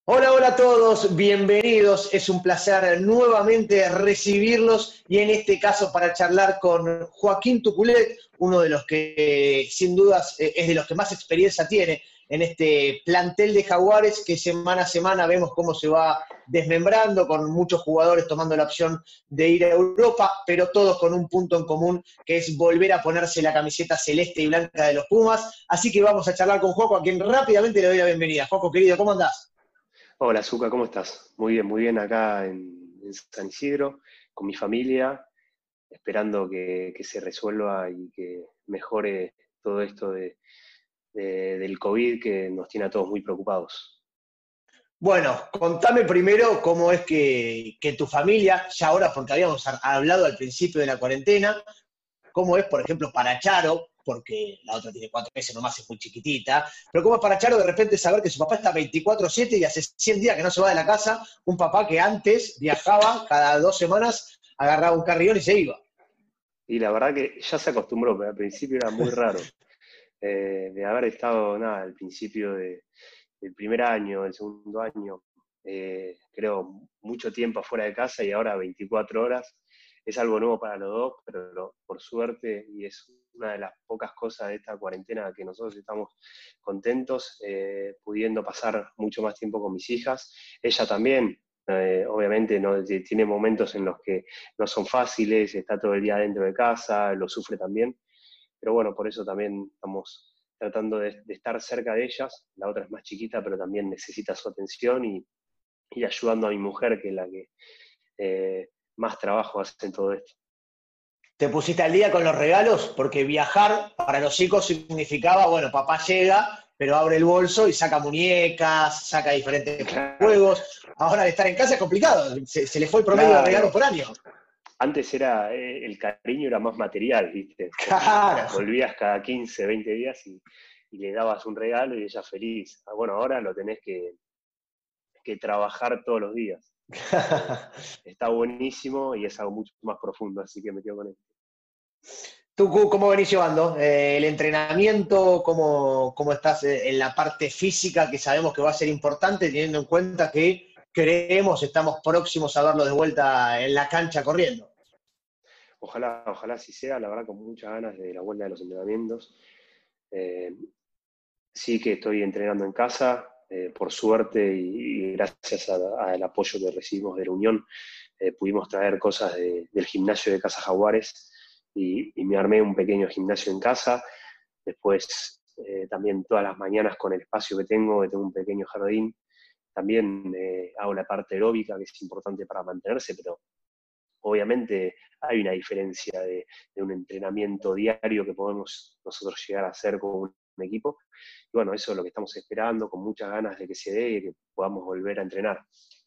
Hola, hola a todos, bienvenidos. Es un placer nuevamente recibirlos y en este caso para charlar con Joaquín Tuculet, uno de los que sin dudas es de los que más experiencia tiene en este plantel de Jaguares que semana a semana vemos cómo se va desmembrando con muchos jugadores tomando la opción de ir a Europa, pero todos con un punto en común que es volver a ponerse la camiseta celeste y blanca de los Pumas. Así que vamos a charlar con Joaco, a quien rápidamente le doy la bienvenida. Joaco, querido, ¿cómo andás? Hola, Zuka, ¿cómo estás? Muy bien acá en San Isidro, con mi familia, esperando que se resuelva y que mejore todo esto del COVID que nos tiene a todos muy preocupados. Bueno, contame primero cómo es que tu familia, ya ahora porque habíamos hablado al principio de la cuarentena, cómo es, por ejemplo, para Charo, porque la otra tiene 4 meses nomás, es muy chiquitita, pero cómo es para Charo de repente saber que su papá está 24/7 y hace 100 días que no se va de la casa, un papá que antes viajaba cada 2 semanas, agarraba un carrión y se iba. Y la verdad que ya se acostumbró, pero al principio era muy raro. De haber estado, nada, al principio del primer año, del segundo año, creo, mucho tiempo afuera de casa y ahora 24 horas. Es algo nuevo para los dos, pero por suerte, y es una de las pocas cosas de esta cuarentena que nosotros estamos contentos, pudiendo pasar mucho más tiempo con mis hijas. Ella también, obviamente, ¿no? Tiene momentos en los que no son fáciles, está todo el día dentro de casa, lo sufre también, pero bueno, por eso también estamos tratando de estar cerca de ellas. La otra es más chiquita, pero también necesita su atención y ayudando a mi mujer, que es la que más trabajo hace en todo esto. ¿Te pusiste al día con los regalos? Porque viajar para los chicos significaba, bueno, papá llega, pero abre el bolso y saca muñecas, saca diferentes Claro, juegos. Ahora de estar en casa es complicado, se le fue el promedio de regalos claro. por año. Antes era, el cariño era más material, ¿viste? Como Claro. volvías cada 15, 20 días y le dabas un regalo y ella feliz. Bueno, ahora lo tenés que trabajar todos los días. Eh, Está buenísimo y es algo mucho más profundo, así que me quedo con esto. ¿Tú cómo venís llevando el entrenamiento? ¿Cómo estás en la parte física que sabemos que va a ser importante, teniendo en cuenta que estamos próximos a verlo de vuelta en la cancha corriendo? Ojalá así sea, la verdad con muchas ganas de la vuelta de los entrenamientos. Eh, sí que estoy entrenando en casa, por suerte y gracias al apoyo que recibimos de la Unión, pudimos traer cosas del gimnasio de Casa Jaguares y me armé un pequeño gimnasio en casa. Después, también todas las mañanas con el espacio que tengo un pequeño jardín, también hago la parte aeróbica, que es importante para mantenerse, pero obviamente hay una diferencia de un entrenamiento diario que podemos nosotros llegar a hacer con un equipo. Y bueno, eso es lo que estamos esperando, con muchas ganas de que se dé y que podamos volver a entrenar.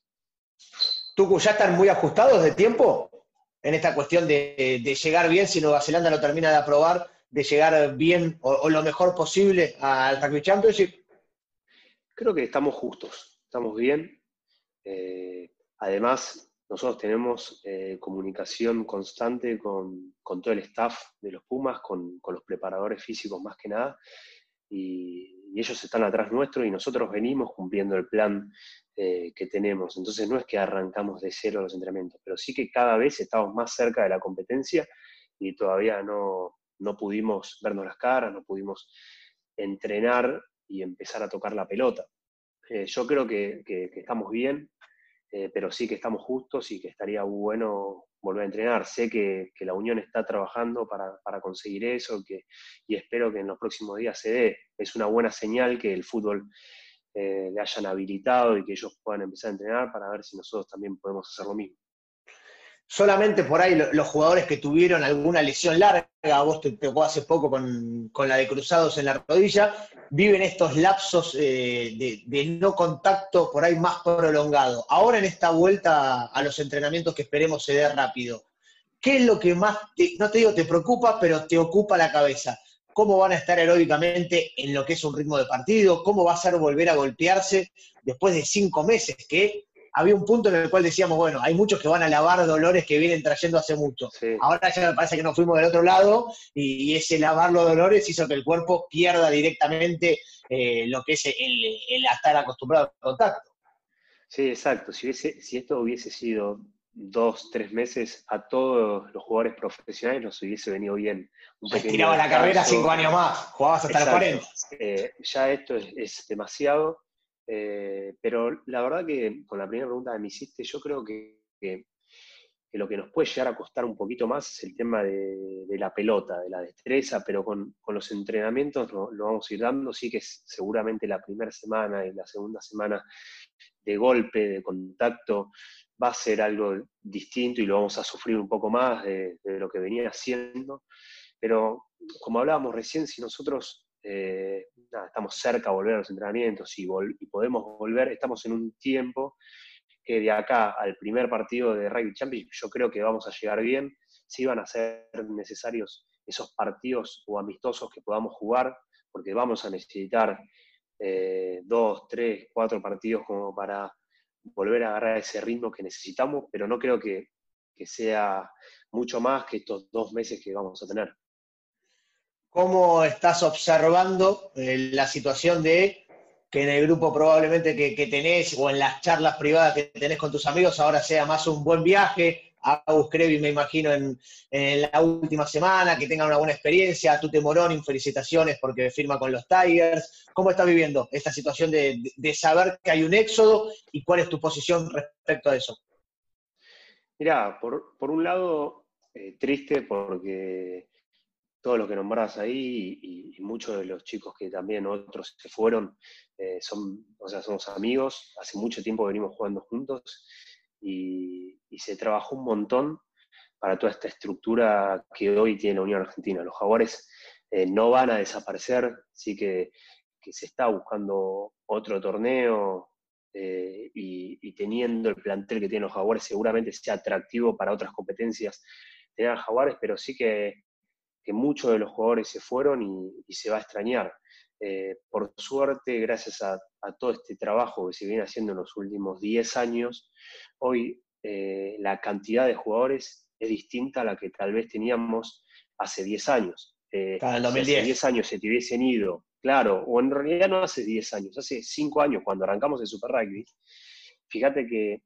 ¿Tucu ya están muy ajustados de tiempo en esta cuestión de llegar bien, si Nueva Zelanda lo termina de aprobar, de llegar bien o lo mejor posible al Rugby Championship? Creo que estamos justos, estamos bien. Además, nosotros tenemos comunicación constante con todo el staff de los Pumas, con los preparadores físicos más que nada, y ellos están atrás nuestro y nosotros venimos cumpliendo el plan que tenemos. Entonces no es que arrancamos de cero los entrenamientos, pero sí que cada vez estamos más cerca de la competencia y todavía no pudimos vernos las caras, no pudimos entrenar y empezar a tocar la pelota. Yo creo que estamos bien, pero sí que estamos justos y que estaría bueno volver a entrenar. Sé que la Unión está trabajando para conseguir eso y espero que en los próximos días se dé. Es una buena señal que el fútbol le hayan habilitado y que ellos puedan empezar a entrenar para ver si nosotros también podemos hacer lo mismo. Solamente por ahí los jugadores que tuvieron alguna lesión larga, a vos te tocó hace poco con la de cruzados en la rodilla, viven estos lapsos de no contacto por ahí más prolongado. Ahora en esta vuelta a los entrenamientos que esperemos se dé rápido, ¿qué es lo que más, no te digo te preocupa, pero te ocupa la cabeza? ¿Cómo van a estar aeróbicamente en lo que es un ritmo de partido? ¿Cómo va a ser volver a golpearse después de 5 meses? Que había un punto en el cual decíamos, bueno, hay muchos que van a lavar dolores que vienen trayendo hace mucho. Sí. Ahora ya me parece que nos fuimos del otro lado y ese lavar los dolores hizo que el cuerpo pierda directamente lo que es el estar acostumbrado al contacto. Sí, exacto. Si esto hubiese sido 2, 3 meses, a todos los jugadores profesionales nos hubiese venido bien un Ya pequeño estiraba la carrera 5 años descanso. más, jugabas hasta los Exacto. 40. Ya esto es demasiado. Pero la verdad que con la primera pregunta que me hiciste, yo creo que lo que nos puede llegar a costar un poquito más es el tema de la pelota, de la destreza, pero con los entrenamientos lo vamos a ir dando. Sí que seguramente la primera semana y la segunda semana de golpe, de contacto, va a ser algo distinto y lo vamos a sufrir un poco más de lo que venía haciendo. Pero como hablábamos recién, si nosotros estamos cerca de volver a los entrenamientos y podemos volver, estamos en un tiempo que de acá al primer partido de Rugby Championship yo creo que vamos a llegar bien. Sí van a ser necesarios esos partidos o amistosos que podamos jugar, porque vamos a necesitar 2, 3, 4 partidos como para volver a agarrar ese ritmo que necesitamos, pero no creo que sea mucho más que estos 2 meses que vamos a tener. ¿Cómo estás observando la situación de que en el grupo probablemente que tenés o en las charlas privadas que tenés con tus amigos ahora sea más un buen viaje? Agus Crevi, me imagino, en la última semana, que tengan una buena experiencia. Tute Moroni, felicitaciones porque firma con los Tigers. ¿Cómo estás viviendo esta situación de saber que hay un éxodo y cuál es tu posición respecto a eso? Mirá, por un lado, triste porque todo lo que nombrás ahí y muchos de los chicos que también otros se fueron, o sea, somos amigos, hace mucho tiempo venimos jugando juntos y se trabajó un montón para toda esta estructura que hoy tiene la Unión Argentina. Los Jaguares no van a desaparecer, sí que se está buscando otro torneo y teniendo el plantel que tienen los Jaguares seguramente sea atractivo para otras competencias tener a Jaguares, pero sí que muchos de los jugadores se fueron y se va a extrañar. Por suerte, gracias a todo este trabajo que se viene haciendo en los últimos 10 años, hoy la cantidad de jugadores es distinta a la que tal vez teníamos hace 10 años. Para el Si hace 2010. 10 años se te hubiesen ido, claro, o en realidad no hace 10 años, hace 5 años cuando arrancamos el Super Rugby, fíjate que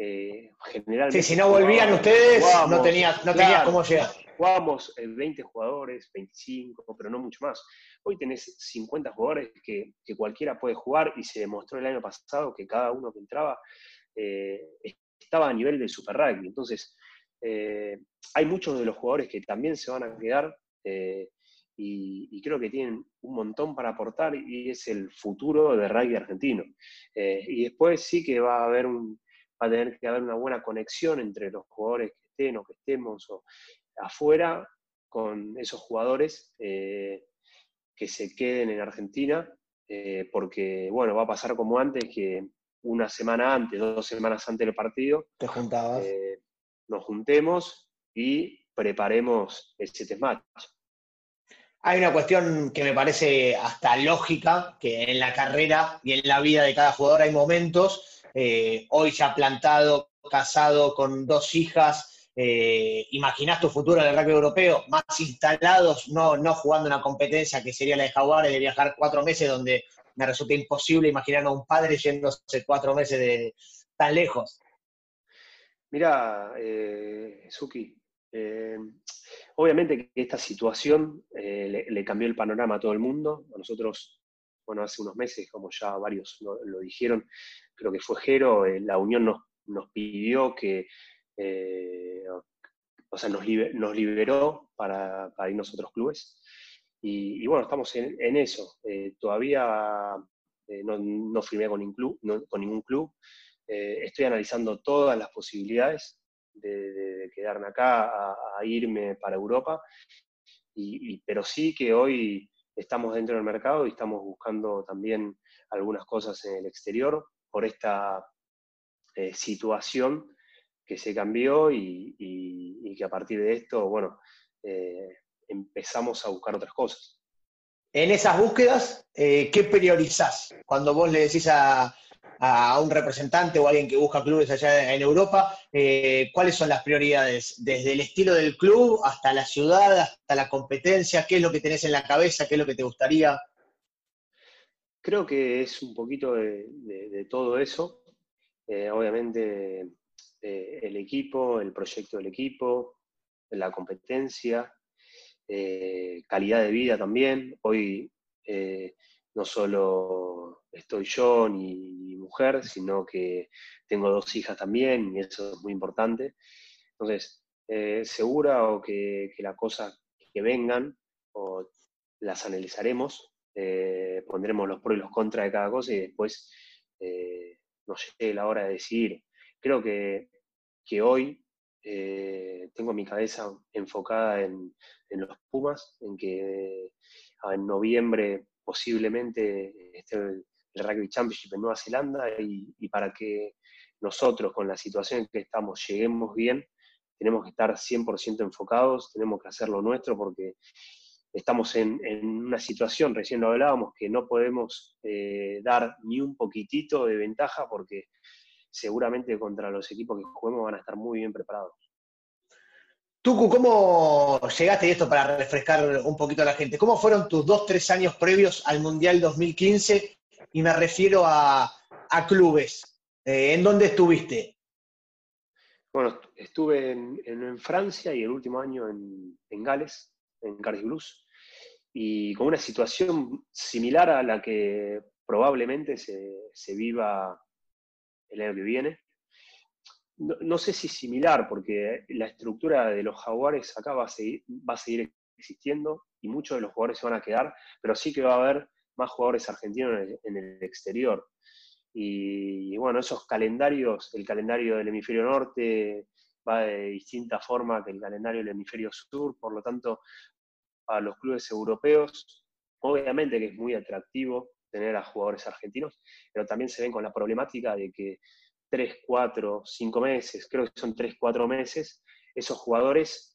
Sí, si generalmente no volvían ustedes, no tenías cómo claro, llegar. jugábamos 20 jugadores, 25, pero no mucho más. Hoy tenés 50 jugadores que cualquiera puede jugar y se demostró el año pasado que cada uno que entraba eh, estaba a nivel del Super Rugby. Entonces, eh, hay muchos de los jugadores que también se van a quedar y creo que tienen un montón para aportar y es el futuro del rugby argentino. Y después sí que va a tener que haber una buena conexión entre los jugadores que estén o que estemos o afuera con esos jugadores que se queden en Argentina, porque, bueno, va a pasar como antes, que una semana antes, 2 semanas antes del partido, Te juntabas. eh, nos juntemos y preparemos ese test match. Hay una cuestión que me parece hasta lógica, que en la carrera y en la vida de cada jugador hay momentos, hoy ya plantado, casado, con 2 hijas, ¿imaginás tu futuro en el rugby europeo? Más instalados, no jugando una competencia que sería la de Jaguares, de viajar 4 meses, donde me resulta imposible imaginar a un padre yéndose 4 meses tan lejos. Mira, Suki, eh, obviamente que esta situación le cambió el panorama a todo el mundo. A nosotros, bueno, hace unos meses, como ya varios lo dijeron, creo que fue Jero, la Unión nos pidió que, o sea, nos liberó para irnos a otros clubes. Y bueno, estamos en eso. Todavía no firmé con con ningún club. Estoy analizando todas las posibilidades de quedarme acá a irme para Europa, pero sí que hoy estamos dentro del mercado y estamos buscando también algunas cosas en el exterior por esta situación que se cambió y que a partir de esto, bueno, empezamos a buscar otras cosas. En esas búsquedas, ¿qué priorizás? Cuando vos le decís a un representante o a alguien que busca clubes allá en Europa, ¿cuáles son las prioridades? Desde el estilo del club hasta la ciudad, hasta la competencia, ¿qué es lo que tenés en la cabeza? ¿Qué es lo que te gustaría? Creo que es un poquito de todo eso. Obviamente el equipo, el proyecto del equipo, la competencia, calidad de vida también. Hoy no solo estoy yo ni mi mujer, sino que tengo 2 hijas también, y eso es muy importante. Entonces, seguro que las cosas que vengan, o las analizaremos, pondremos los pros y los contras de cada cosa y después nos llegue la hora de decidir. Creo que hoy tengo mi cabeza enfocada en los Pumas, en que en noviembre posiblemente esté el Rugby Championship en Nueva Zelanda, y para que nosotros con la situación en que estamos lleguemos bien, tenemos que estar 100% enfocados, tenemos que hacer lo nuestro porque estamos en una situación, recién lo hablábamos, que no podemos dar ni un poquitito de ventaja porque seguramente contra los equipos que juguemos van a estar muy bien preparados. Tucu, ¿cómo llegaste, y esto para refrescar un poquito a la gente, cómo fueron tus 2, 3 años previos al Mundial 2015? Y me refiero a clubes. ¿En dónde estuviste? Bueno, estuve en Francia y el último año en Gales, en Cardiff Blues, y con una situación similar a la que probablemente se viva el año que viene. No sé si similar, porque la estructura de los Jaguares acá va a seguir existiendo y muchos de los jugadores se van a quedar, pero sí que va a haber más jugadores argentinos en el exterior. Y bueno, esos calendarios, el calendario del hemisferio norte va de distinta forma que el calendario del hemisferio sur, por lo tanto, a los clubes europeos, obviamente que es muy atractivo tener a jugadores argentinos, pero también se ven con la problemática de que 3, 4, 5 meses, creo que son 3, 4 meses, esos jugadores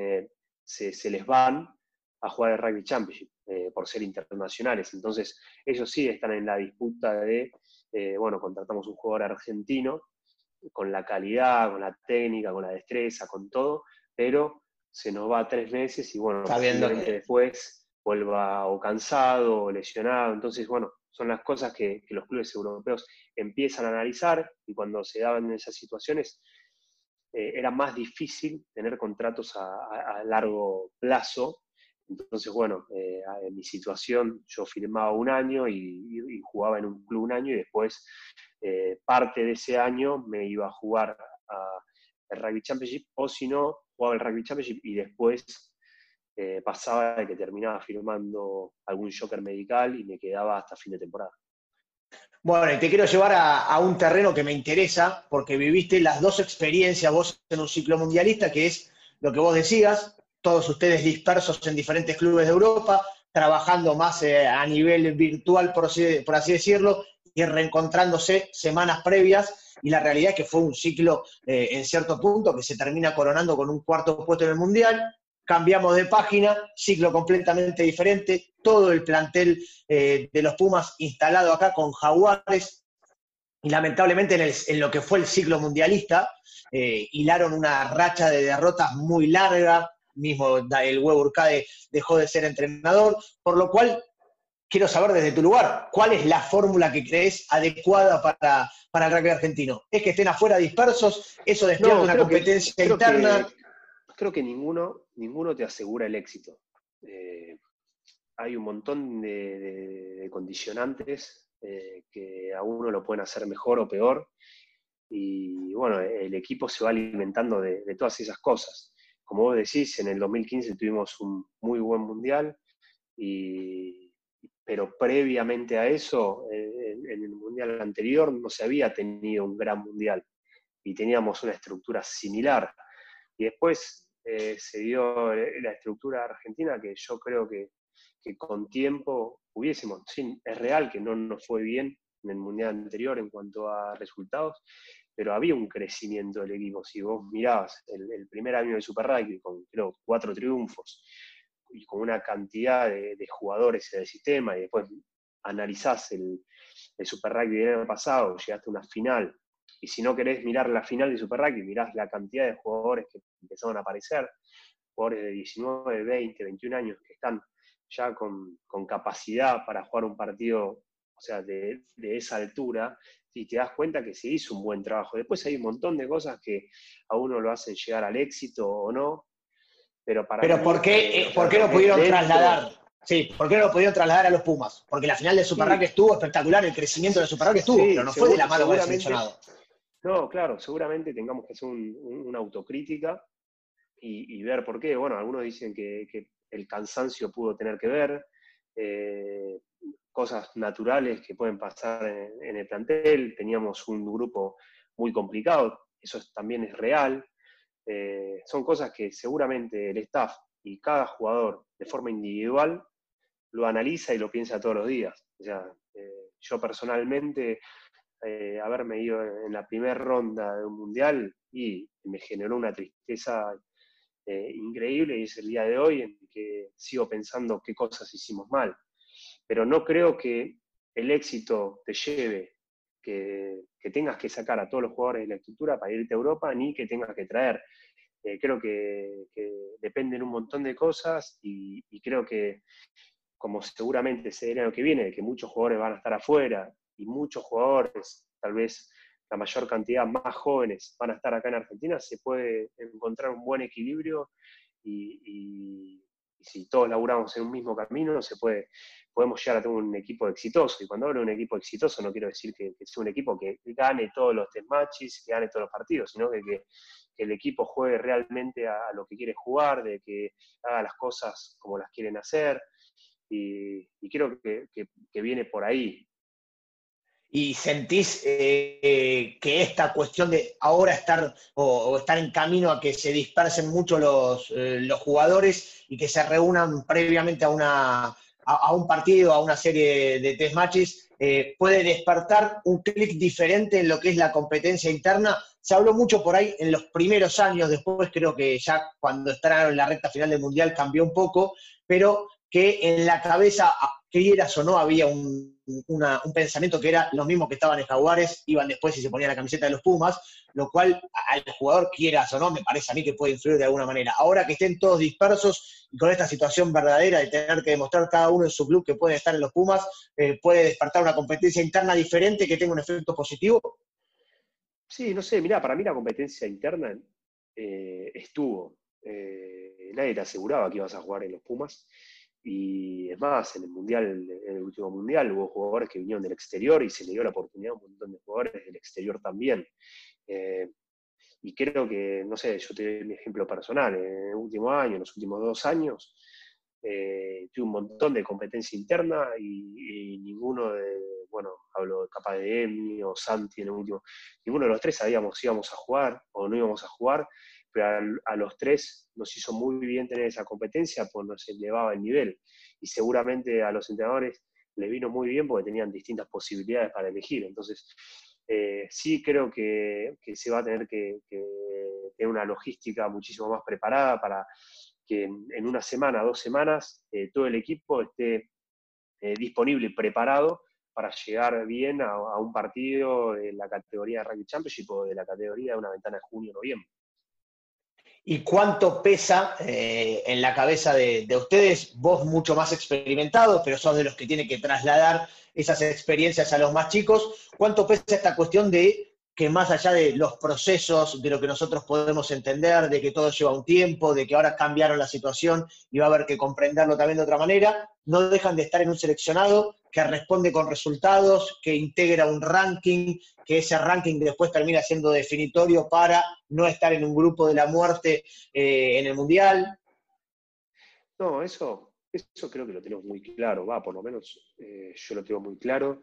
se les van a jugar el Rugby Championship por ser internacionales. Entonces, ellos sí están en la disputa de, bueno, contratamos un jugador argentino con la calidad, con la técnica, con la destreza, con todo, pero se nos va 3 meses y bueno, Sabiendo posiblemente que después vuelva o cansado o lesionado. Entonces, bueno, son las cosas que los clubes europeos empiezan a analizar, y cuando se daban esas situaciones era más difícil tener contratos a largo plazo. Entonces, bueno, en mi situación yo firmaba un año y jugaba en un club un año, y después parte de ese año me iba a jugar el Rugby Championship, o si no, jugaba el Rugby Championship y después pasaba de que terminaba firmando algún joker medical y me quedaba hasta fin de temporada. Bueno, y te quiero llevar a un terreno que me interesa, porque viviste las 2 experiencias vos en un ciclo mundialista, que es lo que vos decías, todos ustedes dispersos en diferentes clubes de Europa, trabajando más a nivel virtual, por así decirlo, y reencontrándose semanas previas, y la realidad es que fue un ciclo, en cierto punto, que se termina coronando con un 4.º puesto en el Mundial. Cambiamos de página, ciclo completamente diferente, todo el plantel de los Pumas instalado acá con Jaguares, y lamentablemente en lo que fue el ciclo mundialista, hilaron una racha de derrotas muy larga, mismo el Huevo Urcade dejó de ser entrenador, por lo cual quiero saber desde tu lugar, ¿cuál es la fórmula que crees adecuada para el rugby argentino? ¿Es que estén afuera dispersos? ¿Eso despierta No, una competencia interna? creo que ninguno te asegura el éxito. Hay un montón de condicionantes que a uno lo pueden hacer mejor o peor, y bueno, el equipo se va alimentando de todas esas cosas. Como vos decís, en el 2015 tuvimos un muy buen mundial, pero previamente a eso, en el mundial anterior no se había tenido un gran mundial y teníamos una estructura similar. Y después se dio la estructura argentina, que yo creo que con tiempo hubiésemos, sí, es real que no nos fue bien en el mundial anterior en cuanto a resultados, pero había un crecimiento del equipo. Si vos mirabas el primer año de Super Rugby con, creo, 4 triunfos y con una cantidad de jugadores en el sistema, y después analizás el Super Rugby del año pasado, llegaste a una final, y si no querés mirar la final de Super Rugby, mirás la cantidad de jugadores que empezaron a aparecer, jugadores de 19, 20, 21 años que están ya con capacidad para jugar un partido, o sea, de esa altura, y te das cuenta que se hizo un buen trabajo. Después hay un montón de cosas que a uno lo hacen llegar al éxito o no, pero para Pero mí, o ¿por sea, qué lo no que es pudieron dentro, trasladar? Sí, ¿por qué no lo pudieron trasladar a los Pumas? Porque la final del Super Rugby sí, estuvo espectacular, el crecimiento del Super Rugby estuvo, pero sí, no fue de la mano con el seguramente, seleccionado. no, claro, seguramente tengamos que hacer una autocrítica y ver por qué. Bueno, algunos dicen que el cansancio pudo tener que ver, eh, cosas naturales que pueden pasar en el plantel, teníamos un grupo muy complicado, eso también es real. Son cosas que seguramente el staff y cada jugador de forma individual lo analiza y lo piensa todos los días. O sea, yo personalmente, haberme ido en la primera ronda de un mundial y me generó una tristeza increíble, y es el día de hoy en que sigo pensando qué cosas hicimos mal. Pero no creo que el éxito te lleve que tengas que sacar a todos los jugadores de la estructura para irte a Europa, ni que tengas que traer. Creo que dependen un montón de cosas y creo que, como seguramente se verá el año que viene, de que muchos jugadores van a estar afuera y muchos jugadores, tal vez la mayor cantidad más jóvenes, van a estar acá en Argentina, se puede encontrar un buen equilibrio y si todos laburamos en un mismo camino, podemos llegar a tener un equipo exitoso. Y cuando hablo de un equipo exitoso, no quiero decir que sea un equipo que gane todos los test matches, que gane todos los partidos, sino que el equipo juegue realmente a lo que quiere jugar, de que haga las cosas como las quieren hacer, y creo que viene por ahí. ¿Y sentís que esta cuestión de ahora estar o estar en camino a que se dispersen mucho los jugadores y que se reúnan previamente a un partido, a una serie de test matches, puede despertar un clic diferente en lo que es la competencia interna? Se habló mucho por ahí en los primeros años, después creo que ya cuando estaban en la recta final del Mundial cambió un poco, pero que en la cabeza, quieras o no, había un pensamiento que era los mismos que estaban en Jaguares, iban después y se ponían la camiseta de los Pumas, lo cual al jugador, quieras o no, me parece a mí que puede influir de alguna manera. Ahora que estén todos dispersos y con esta situación verdadera de tener que demostrar cada uno en su club que pueden estar en los Pumas, puede despertar una competencia interna diferente que tenga un efecto positivo. Sí, no sé, mirá, para mí la competencia interna estuvo. Nadie te aseguraba que ibas a jugar en los Pumas. Y es más, en el mundial, en el último mundial, hubo jugadores que vinieron del exterior y se le dio la oportunidad a un montón de jugadores del exterior también. Eh, y creo que, no sé, yo te doy mi ejemplo personal. En el último año, en los últimos 2 años, tuve un montón de competencia interna y ninguno bueno, hablo capaz de Emi o Santi en el último, ninguno de los tres sabíamos si íbamos a jugar o no íbamos a jugar, pero a los tres nos hizo muy bien tener esa competencia, pues nos elevaba el nivel. Y seguramente a los entrenadores les vino muy bien porque tenían distintas posibilidades para elegir. Entonces, sí creo que se va a tener que tener una logística muchísimo más preparada para que en una semana, 2 semanas, todo el equipo esté disponible y preparado para llegar bien a un partido de la categoría de Rugby Championship o de la categoría de una ventana de junio o noviembre. ¿Y cuánto pesa en la cabeza de ustedes? Vos mucho más experimentado, pero sos de los que tienen que trasladar esas experiencias a los más chicos. ¿Cuánto pesa esta cuestión de que más allá de los procesos, de lo que nosotros podemos entender, de que todo lleva un tiempo, de que ahora cambiaron la situación y va a haber que comprenderlo también de otra manera, no dejan de estar en un seleccionado que responde con resultados, que integra un ranking, que ese ranking después termina siendo definitorio para no estar en un grupo de la muerte en el Mundial? No, eso creo que lo tenemos muy claro, por lo menos yo lo tengo muy claro.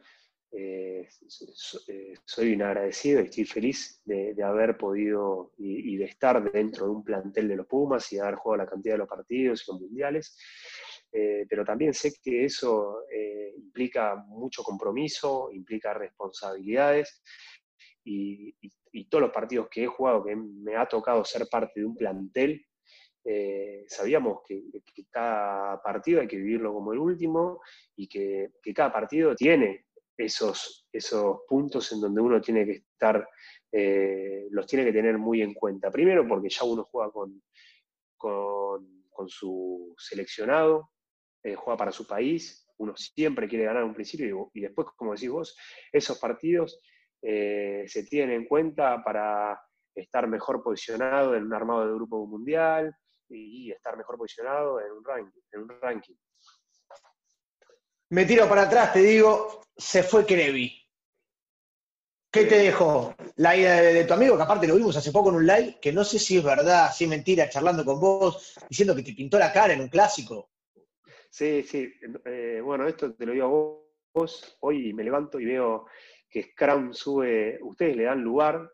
Soy un agradecido y estoy feliz de haber podido y de estar dentro de un plantel de los Pumas y de haber jugado la cantidad de los partidos y los mundiales. Pero también sé que eso implica mucho compromiso, implica responsabilidades y todos los partidos que he jugado, que me ha tocado ser parte de un plantel, sabíamos que cada partido hay que vivirlo como el último y que cada partido tiene esos puntos en donde uno tiene que estar, los tiene que tener muy en cuenta. Primero porque ya uno juega con su seleccionado, juega para su país, uno siempre quiere ganar en un principio y después, como decís vos, esos partidos se tienen en cuenta para estar mejor posicionado en un armado de grupo mundial y estar mejor posicionado en un ranking. Me tiro para atrás, te digo, se fue Crevi. ¿Qué te dejó la ida de tu amigo? Que aparte lo vimos hace poco en un live, que no sé si es verdad, si es mentira, charlando con vos, diciendo que te pintó la cara en un clásico. Sí, sí. Bueno, esto te lo digo a vos. Hoy me levanto y veo que Scrum sube, ustedes le dan lugar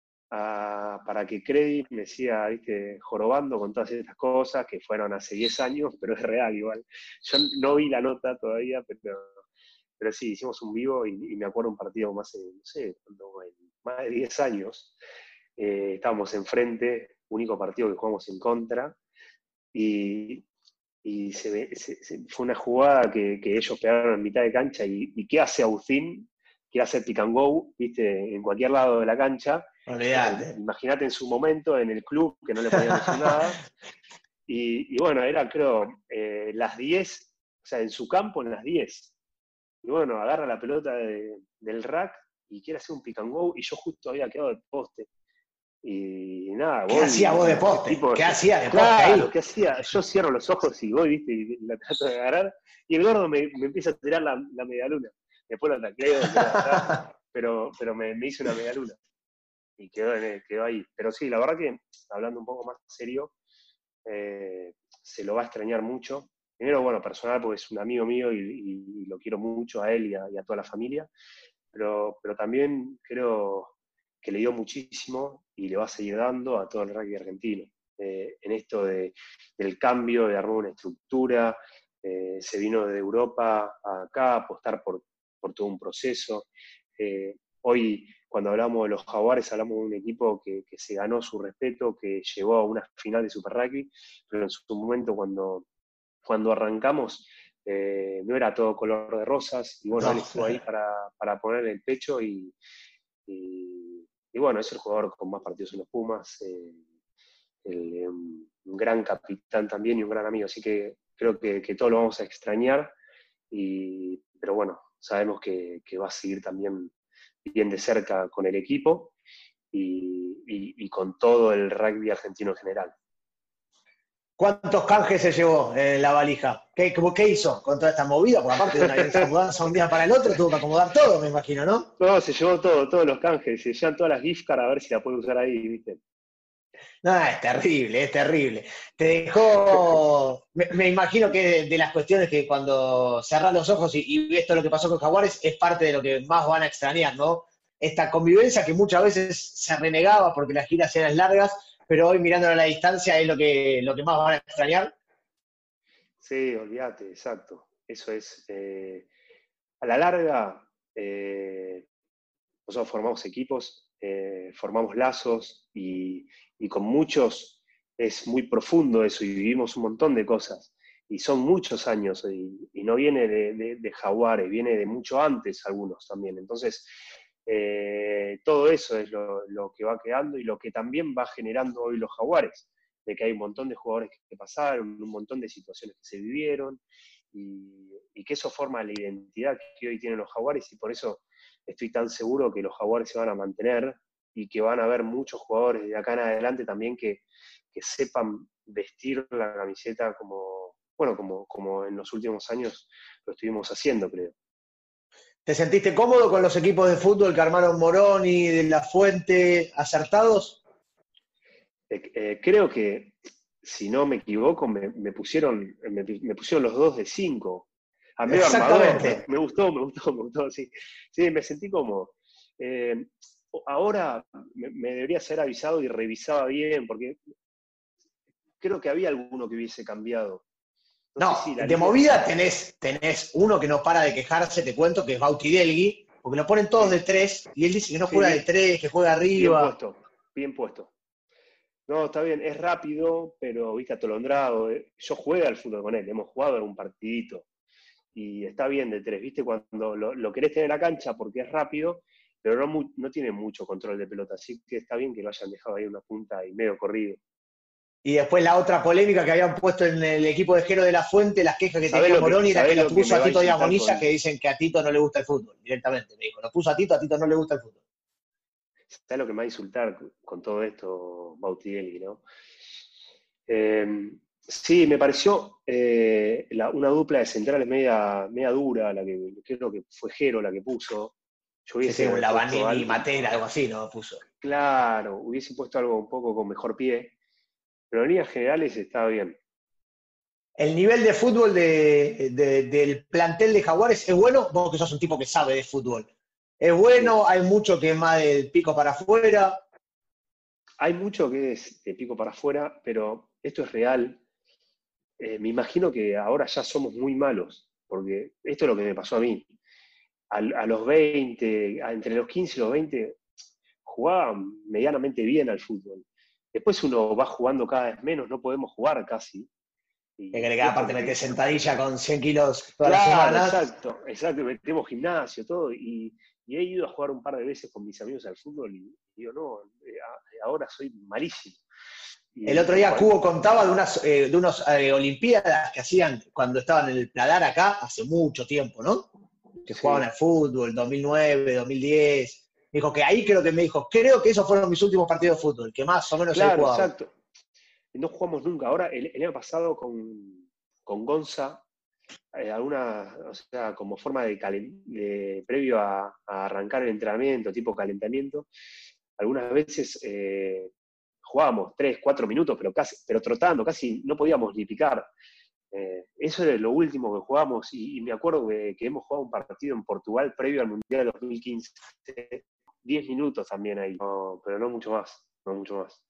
para que Credi me siga, ¿viste?, jorobando con todas estas cosas que fueron hace 10 años, pero es real igual. Yo no vi la nota todavía, pero sí, hicimos un vivo y me acuerdo un partido más, no sé, más de 10 años. Estábamos enfrente, único partido que jugamos en contra, y fue una jugada que ellos pegaron en mitad de cancha y ¿qué hace Agustín? Que hace pick and go, ¿viste?, en cualquier lado de la cancha. Imagínate en su momento en el club que no le podían decir nada. Y bueno, era creo las 10, o sea, en su campo en las 10. Y bueno, agarra la pelota del rack y quiere hacer un pick and go y yo justo había quedado de poste. Y nada, ¿Qué hacía vos de poste? Tipo, ¿Qué hacía de poste claro, ahí? ¿qué hacía? Yo cierro los ojos y voy, ¿viste? Y la trato de agarrar. Y el gordo me empieza a tirar la medialuna. Después lo tacleo, pero me hizo una medialuna. Y quedó ahí. Pero sí, la verdad que, hablando un poco más serio, se lo va a extrañar mucho. Primero, bueno, personal, porque es un amigo mío y lo quiero mucho a él y a toda la familia. Pero también creo que le dio muchísimo y le va a seguir dando a todo el rugby argentino. En esto del cambio, de armar una estructura, se vino de Europa a acá a apostar por todo un proceso. Hoy, cuando hablamos de los Jaguares, hablamos de un equipo que se ganó su respeto, que llegó a una final de Super Rugby, pero en su momento cuando arrancamos no era todo color de rosas, y bueno, él estuvo ahí para poner el pecho y bueno, es el jugador con más partidos en los Pumas, un gran capitán también y un gran amigo, así que creo que todos lo vamos a extrañar, pero bueno, sabemos que va a seguir también bien de cerca con el equipo y con todo el rugby argentino en general. ¿Cuántos canjes se llevó en la valija? ¿Qué hizo con toda esta movida? Porque aparte de una mudanza un día para el otro, tuvo que acomodar todo, me imagino, ¿no? No, se llevó todos los canjes, se llevan todas las gift cards a ver si la puede usar ahí, ¿viste? No, es terrible, es terrible. Te dejó, me imagino que de las cuestiones que cuando cerrás los ojos y ves todo lo que pasó con Jaguares, es parte de lo que más van a extrañar, ¿no? Esta convivencia que muchas veces se renegaba porque las giras eran largas, pero hoy mirándolo a la distancia es lo que más van a extrañar. Sí, olvídate, exacto. Eso es. A la larga, nosotros formamos equipos, formamos lazos y con muchos es muy profundo eso y vivimos un montón de cosas. Y son muchos años y no viene de Jaguares, viene de mucho antes algunos también. Entonces, todo eso es lo que va quedando y lo que también va generando hoy los Jaguares, de que hay un montón de jugadores que pasaron, un montón de situaciones que se vivieron y que eso forma la identidad que hoy tienen los Jaguares y por eso estoy tan seguro que los Jaguares se van a mantener y que van a haber muchos jugadores de acá en adelante también que sepan vestir la camiseta como en los últimos años lo estuvimos haciendo, creo. ¿Te sentiste cómodo con los equipos de fútbol que armaron Moroni, De La Fuente, acertados? Creo que, si no me equivoco, me pusieron los 2 de 5. A medio armador, me gustó, sí. Sí, me sentí cómodo. Ahora me debería ser avisado y revisaba bien, porque creo que había alguno que hubiese cambiado. No, de movida tenés uno que no para de quejarse, te cuento, que es Bauti Delgui, porque lo ponen todos de 3 y él dice que no juega de 3, que juega arriba. Bien puesto. No, está bien, es rápido, pero viste, atolondrado. Yo jugué al fútbol con él, hemos jugado algún partidito. Y está bien de 3, viste, cuando lo querés tener en la cancha porque es rápido, pero no tiene mucho control de pelota. Así que está bien que lo hayan dejado ahí una punta y medio corrido. Y después la otra polémica que habían puesto en el equipo de Jero de la Fuente, las quejas que tenía Moroni, era que lo puso a Tito Diagonilla, que dicen que a Tito no le gusta el fútbol, directamente. Me dijo, lo puso a Tito no le gusta el fútbol. ¿sabes lo que me va a insultar con todo esto, Bautielli, ¿no? Sí, me pareció una dupla de centrales media dura, la que creo que fue Jero la que puso. Yo Sí, sí, un hubiese puesto Lavanini, algo, Matera, algo así, ¿no? Puso. claro, hubiese puesto algo un poco con mejor pie, pero en líneas generales estaba bien. El nivel de fútbol del plantel de Jaguares es bueno, vos que sos un tipo que sabe de fútbol. Es Sí. bueno, hay mucho que es más del pico para afuera. Hay mucho que es de pico para afuera, pero esto es real. Me imagino que ahora ya somos muy malos, porque esto es lo que me pasó a mí. A los 20, entre los 15 y los 20, jugaba medianamente bien al fútbol. Después uno va jugando cada vez menos, no podemos jugar casi. Que Y, cree que y es aparte como meter que, sentadilla con 100 kilos todas las claro, semanas. exacto, metemos gimnasio, todo. Y he ido a jugar un par de veces con mis amigos al fútbol y digo, no, ahora soy malísimo. El otro Y día cuando, Cubo contaba de unos Olimpiadas que hacían cuando estaban en el Pladar acá, hace mucho tiempo, ¿no? Que jugaban sí, al fútbol, 2009, 2010. Dijo que ahí creo que esos fueron mis últimos partidos de fútbol, que más o menos ahí claro, jugaba. exacto. No jugamos nunca. Ahora, el año pasado con Gonza, o sea, como forma previo a arrancar el entrenamiento, tipo calentamiento, algunas veces jugábamos 3, 4 minutos, pero trotando, casi no podíamos ni picar. Eso era lo último que jugamos y me acuerdo que hemos jugado un partido en Portugal previo al Mundial de 2015, 10 minutos también ahí, no, pero no mucho más, no mucho más.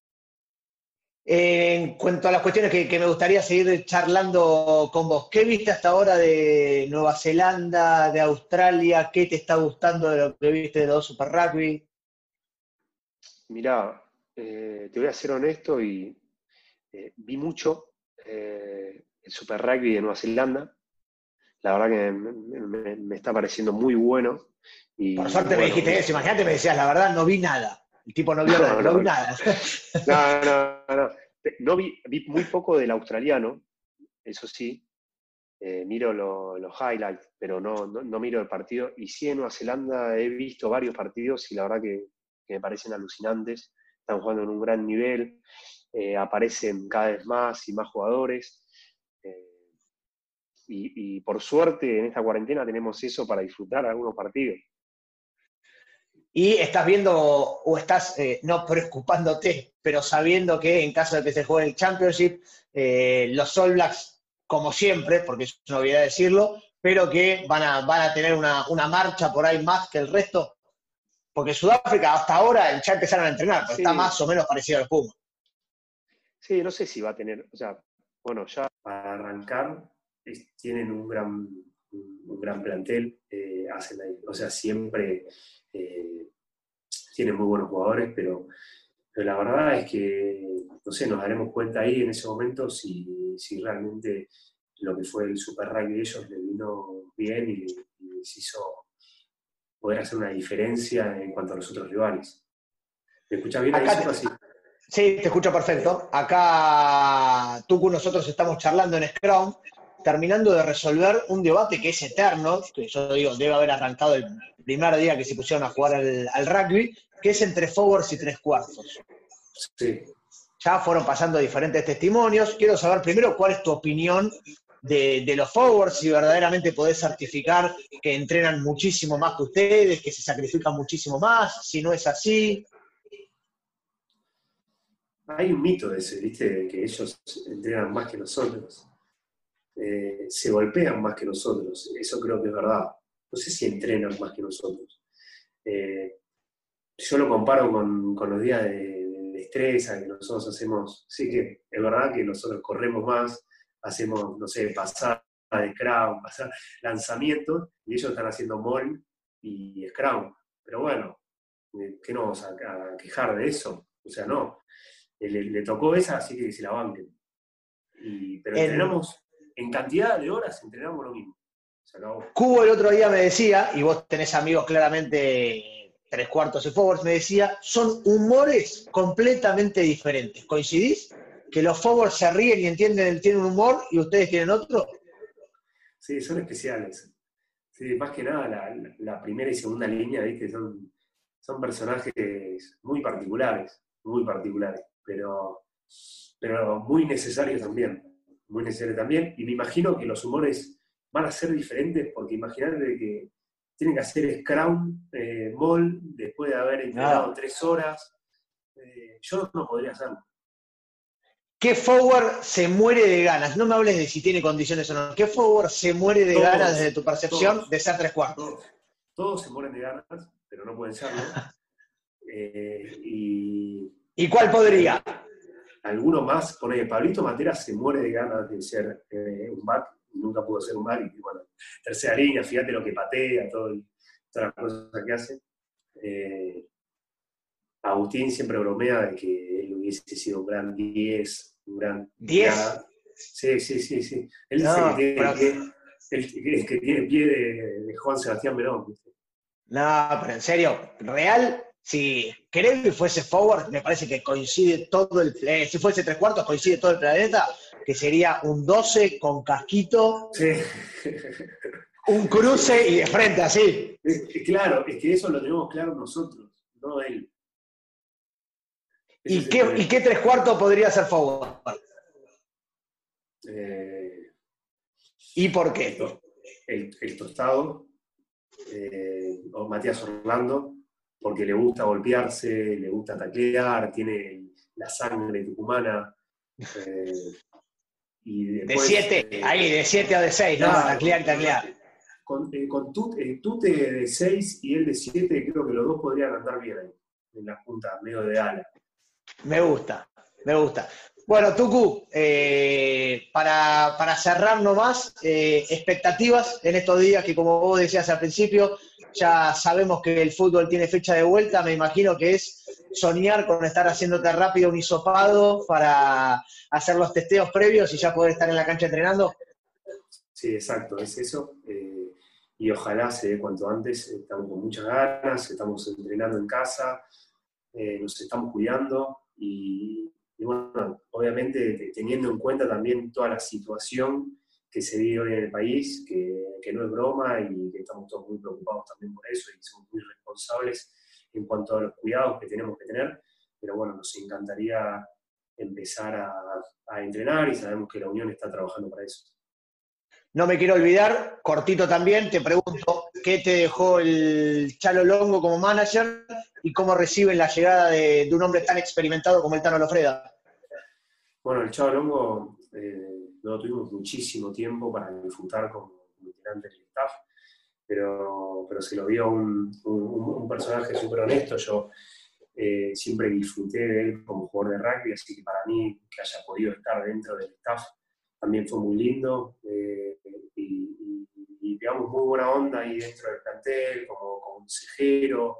En cuanto a las cuestiones que me gustaría seguir charlando con vos, ¿qué viste hasta ahora de Nueva Zelanda, de Australia? ¿Qué te está gustando de lo que viste de los Super Rugby? Mirá, te voy a ser honesto y vi mucho el Super Rugby de Nueva Zelanda. La verdad que me está pareciendo muy bueno. Por Y suerte me bueno, dijiste eso, imagínate me decías, la verdad, no vi nada. El tipo no vio nada, no, no vi no, nada. no. No vi muy poco del australiano, eso sí. Miro los highlights, pero no miro el partido. Y sí, en Nueva Zelanda he visto varios partidos y la verdad que me parecen alucinantes. Están jugando en un gran nivel, aparecen cada vez más y más jugadores. Eh, y por suerte en esta cuarentena tenemos eso para disfrutar algunos partidos. Y estás viendo, o estás no preocupándote, pero sabiendo que en caso de que se juegue el Championship, los All Blacks, como siempre, porque es una obviedad decirlo, pero que van a tener una marcha por ahí más que el resto. Porque Sudáfrica hasta ahora ya empezaron a entrenar, pero está Sí, más o menos parecido al Puma. sí, no sé si va a tener, o sea, bueno, ya para arrancar tienen un gran plantel, hacen ahí, o sea, siempre eh, tienen muy buenos jugadores, pero la verdad es que, no sé, nos daremos cuenta ahí en ese momento si realmente lo que fue el Super Rugby de ellos le vino bien y les hizo poder hacer una diferencia en cuanto a los otros rivales. ¿Me escuchás bien ahí, Acá, Zucca? Sí. sí, te escucho perfecto. Acá tú con nosotros estamos charlando en Scrum, terminando de resolver un debate que es eterno, que yo digo, debe haber arrancado el primer día que se pusieron a jugar al rugby, que es entre forwards y tres cuartos. Sí. Ya fueron pasando diferentes testimonios. Quiero saber primero cuál es tu opinión de los forwards, si verdaderamente podés certificar que entrenan muchísimo más que ustedes, que se sacrifican muchísimo más, si no es así. Hay un mito de ese, ¿viste? De que ellos entrenan más que nosotros. Se golpean más que nosotros. Eso creo que es verdad. No sé si entrenan más que nosotros. Eh, yo lo comparo con los días de destreza que nosotros hacemos. Sí que es verdad que nosotros corremos más, hacemos, no sé, pasada de scrum, pasar lanzamientos, y ellos están haciendo mall y scrum. Pero bueno, ¿qué nos vamos a quejar de eso? O sea, no. Le tocó esa, así que se la banquen. Pero En entrenamos, en cantidad de horas, entrenamos lo mismo. Se acabó. Cubo el otro día me decía, y vos tenés amigos claramente tres cuartos y forwards, me decía, son humores completamente diferentes. ¿Coincidís? Que los forwards se ríen y entienden, tienen un humor y ustedes tienen otro. Sí, son especiales. Sí, más que nada la primera y segunda línea, ¿viste? son personajes muy particulares, pero muy necesarios también, muy necesarios también, y me imagino que los humores van a ser diferentes, porque imagínate que tienen que hacer scrum, mall, después de haber entrenado 3 horas, yo no podría hacerlo. ¿Qué forward se muere de ganas? No me hables de si tiene condiciones o no. ¿Qué forward se muere de ganas desde tu percepción de ser 3/4? Todos se mueren de ganas, pero no pueden serlo. ¿Y cuál podría? Alguno más, pone Pablito Matera se muere de ganas de ser un back, nunca pudo ser un back, y bueno, tercera línea, fíjate lo que patea, todas las cosas que hace. Agustín siempre bromea de que él hubiese sido un gran 10, un gran... ¿10? Sí. Él dice que tiene pie de Juan Sebastián Verón. ¿Viste? No, pero en serio, real, si Krevy fuese forward, me parece que coincide todo el... si fuese 3/4, coincide todo el planeta, que sería un 12 con casquito, sí. Un cruce y de frente, así. Claro, es que eso lo tenemos claro nosotros, no él. ¿Y qué 3/4 podría ser forward? ¿Y por qué? El Tostado, o Matías Orlando, porque le gusta golpearse, le gusta taclear, tiene la sangre tucumana. Y después, de 7, ahí, de 7 o de 6, ¿no? Taclear. Con Tute de 6 y él de 7, creo que los dos podrían andar bien ahí, en la punta, medio de ala. Me gusta. Bueno, Tucu, para cerrar nomás, expectativas en estos días que, como vos decías al principio, ya sabemos que el fútbol tiene fecha de vuelta, me imagino que es soñar con estar haciéndote rápido un hisopado para hacer los testeos previos y ya poder estar en la cancha entrenando. Sí, exacto, es eso. Y ojalá se dé cuanto antes. Estamos con muchas ganas, estamos entrenando en casa, nos estamos cuidando y bueno, obviamente teniendo en cuenta también toda la situación que se vive hoy en el país, que no es broma y que estamos todos muy preocupados también por eso y somos muy responsables en cuanto a los cuidados que tenemos que tener, pero bueno, nos encantaría empezar a entrenar y sabemos que la Unión está trabajando para eso. No me quiero olvidar, cortito también, te pregunto, ¿qué te dejó el Chalo Longo como manager y cómo reciben la llegada de un hombre tan experimentado como el Tano Lofreda? Bueno, el Chalo Longo no tuvimos muchísimo tiempo para disfrutar como integrante del staff, pero se lo vio un personaje súper honesto. Yo siempre disfruté de él como jugador de rugby, así que para mí que haya podido estar dentro del staff también fue muy lindo. Y digamos muy buena onda ahí dentro del plantel, como consejero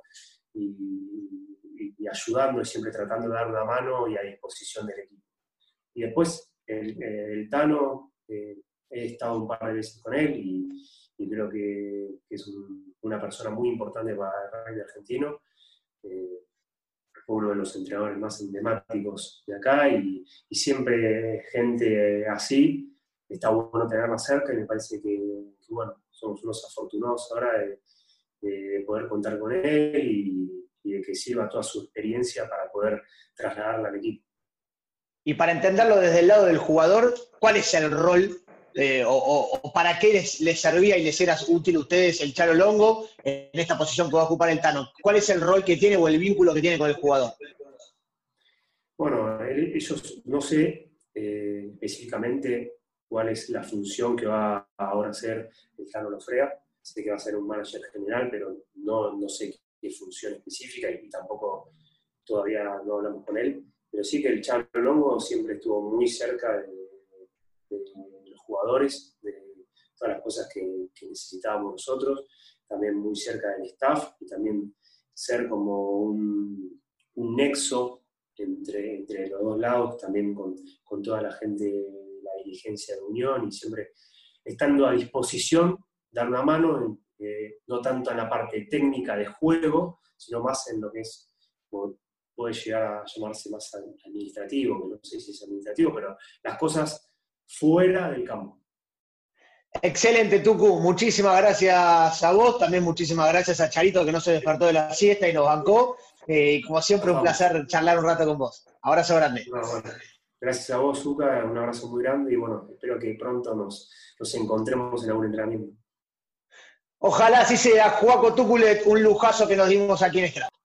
y ayudando y siempre tratando de dar una mano y a disposición del equipo. Y después el Tano, he estado un par de veces con él y creo que es una persona muy importante para el rugby argentino. Fue uno de los entrenadores más emblemáticos de acá y siempre gente así está bueno tenerla cerca y me parece que bueno, somos unos afortunados ahora de poder contar con él y de que sirva toda su experiencia para poder trasladarla al equipo. Y para entenderlo desde el lado del jugador, ¿cuál es el rol o para qué les servía y les era útil a ustedes el Chalo Longo en esta posición que va a ocupar el Tano? ¿Cuál es el rol que tiene o el vínculo que tiene con el jugador? Bueno, ellos no sé específicamente cuál es la función que va a ahora hacer el Tano Lofrea. Sé que va a ser un manager general, pero no sé qué función específica y tampoco todavía no hablamos con él. Pero sí que el Chalo Longo siempre estuvo muy cerca de los jugadores, de todas las cosas que necesitábamos nosotros, también muy cerca del staff y también ser como un nexo entre los dos lados, también con toda la gente de la dirigencia de Unión y siempre estando a disposición, dar una mano, no tanto en la parte técnica de juego, sino más en lo que es, puede llegar a llamarse más administrativo, que no sé si es administrativo, pero las cosas fuera del campo. Excelente, Tucu. Muchísimas gracias a vos. También muchísimas gracias a Charito, que no se despertó de la siesta y nos bancó. Y como siempre, un placer charlar un rato con vos. Abrazo grande. No, bueno, gracias a vos, Luca. Un abrazo muy grande y bueno, espero que pronto nos encontremos en algún entrenamiento. Ojalá así sea. Juaco Tuculet, un lujazo que nos dimos aquí en Estrada.